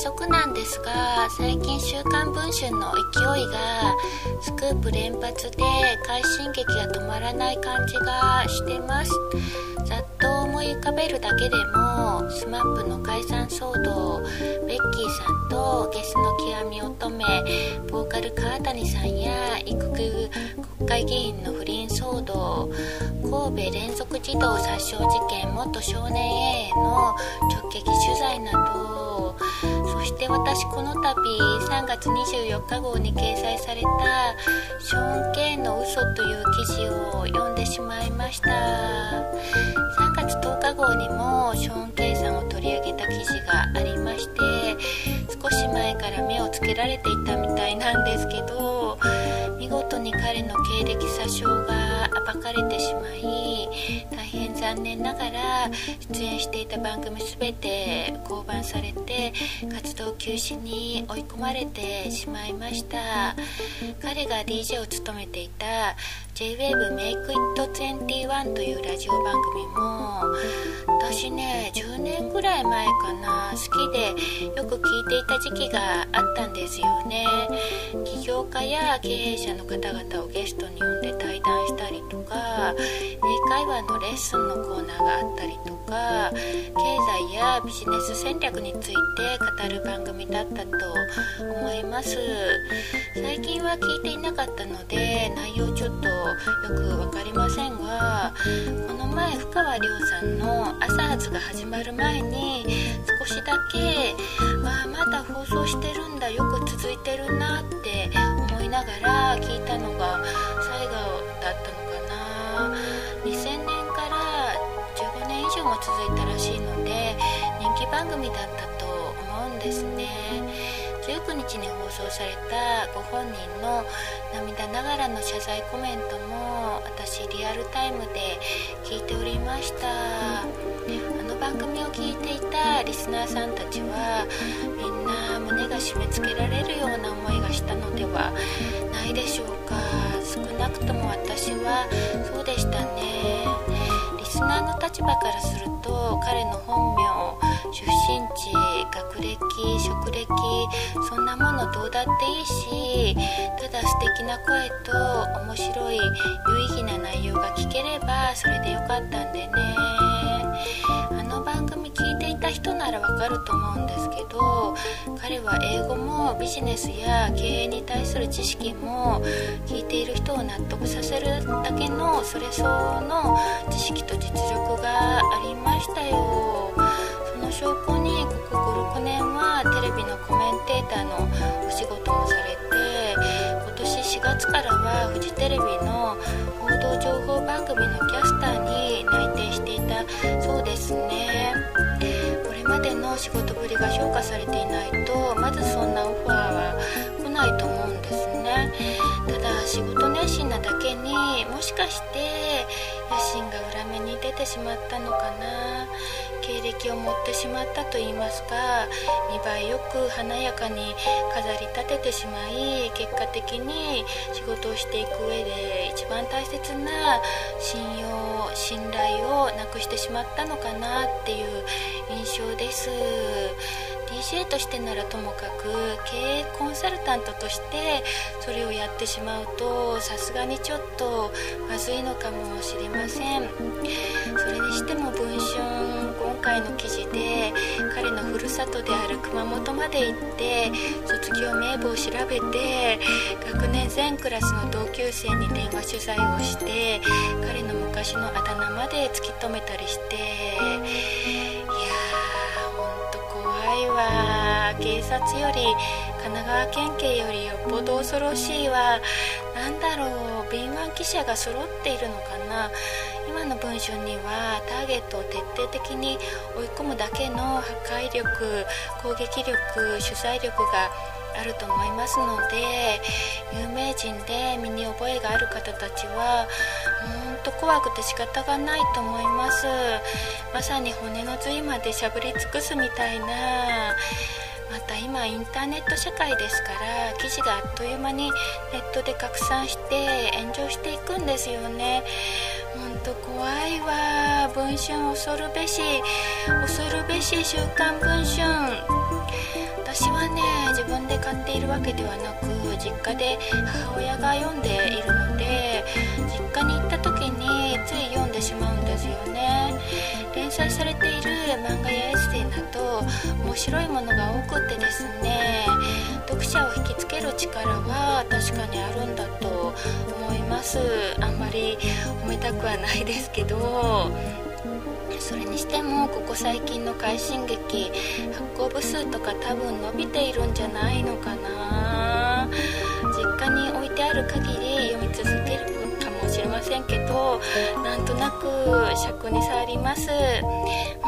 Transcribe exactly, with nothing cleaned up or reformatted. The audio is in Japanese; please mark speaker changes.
Speaker 1: 速なんですが、最近週刊文春の勢いがスクープ連発で快進撃が止まらない感じがしてます。ざっと思い浮かべるだけでもスマップの解散騒動、ベッキーさんとゲスの極み乙女、ボーカル川谷さんや育休国会議員の不倫騒動、神戸連続児童殺傷事件元少年 A への直撃取材など、そして私この度さんがつにじゅうよっか号に掲載されたショーン・ケイの嘘という記事を読んでしまいました。さんがつとおか号にもショーン・ケイさんを取り上げた記事がありまして、少し前から目をつけられていたみたいなんですけど、見事に彼の経歴詐称が暴かれてしまい、大変残念ながら出演していた番組すべて降板されて活動休止に追い込まれてしまいました。彼が ディージェー を務めていた ジェイウェーブ Make It にじゅういち というラジオ番組も私ねじゅうねんぐらい前かな、好きでよく聞いていた時期があったんですよね。起業家や経営者の方々をゲストに呼んで対談したりとか、英会話のレッスンのコーナーがあったりとか、経済やビジネス戦略について語る番組だったと思います。最近は聞いていなかったので内容ちょっとよくわかりませんが、この前深川亮さんの朝発が始まる前に少しだけ、まあ、まだ放送してるんだ、よく続いてるなって思いながら聞いたのが最後だったのかな。にせんねんからじゅうごねん以上も続いたらしいので人気番組だったと思うんですね。じゅうくにちに放送されたご本人の涙ながらの謝罪コメントも私リアルタイムで聞いておりました。あの番組を聞いていたリスナーさんたちはみんな胸が締め付けられるような思いがしたのではないでしょうか。少なくとも私はそうでしたね。リスナーの立場からすると彼の本名、出身地、学歴、職歴、そんなものどうだっていいし、ただ素敵な声と面白い有意義な内容が聞ければそれでよかったんでね。あの番組聞いていた人ならわかると思うんですけど、彼は英語もビジネスや経営に対する知識も聞いている人を納得させるだけのそれ相応の知識と実力がありましたよ。その証拠にここご、ろくねんはテレビのコメンテーターのお仕事もされて、今年しがつからはフジテレビの報道情報番組のキャスターに内定していたそうですね。これまでの仕事ぶりが評価されていないとまずそんなオファーは来ないと思うんですね。ただ仕事熱心なだけにもしかして野心が裏目に出てしまったのかな。経歴を持ってしまったと言いますか、見栄えよく華やかに飾り立ててしまい、結果的に仕事をしていく上で一番大切な信用、信頼をなくしてしまったのかなっていう印象です。ディージェー としてならともかく経営コンサルタントとしてそれをやってしまうとさすがにちょっとまずいのかもしれません。それにしても文春今回の記事で彼のふるさとである熊本まで行って卒業名簿を調べて学年全クラスの同級生に電話取材をして彼の昔のあだ名まで突き止めたりして、いやーほんと怖いわ。警察より神奈川県警よりよっぽど恐ろしいわ。なんだろう、敏腕記者が揃っているのかな。今の文章にはターゲットを徹底的に追い込むだけの破壊力、攻撃力、取材力があると思いますので、有名人で身に覚えがある方たちはほんと怖くて仕方がないと思います。まさに骨の髄までしゃぶり尽くすみたいな。また今インターネット社会ですから記事があっという間にネットで拡散して炎上していくんですよね。 ほんと怖いわ。文春恐るべし恐るべし週刊文春。私はね自分で買っているわけではなく実家で母親が読んでいるので、実家に行った時につい読んでしまうんですよね。連載されている漫画やエッセイなど面白いものが多くてですね、読者を引きつける力は確かにあるんだと思います。あんまり褒めたくはないですけど、それにしてもここ最近の快進撃、発行部数とか多分伸びているんじゃないのかな。実家に置いてある限り読み続けるかもしれませんけど、なんとなく尺に触ります。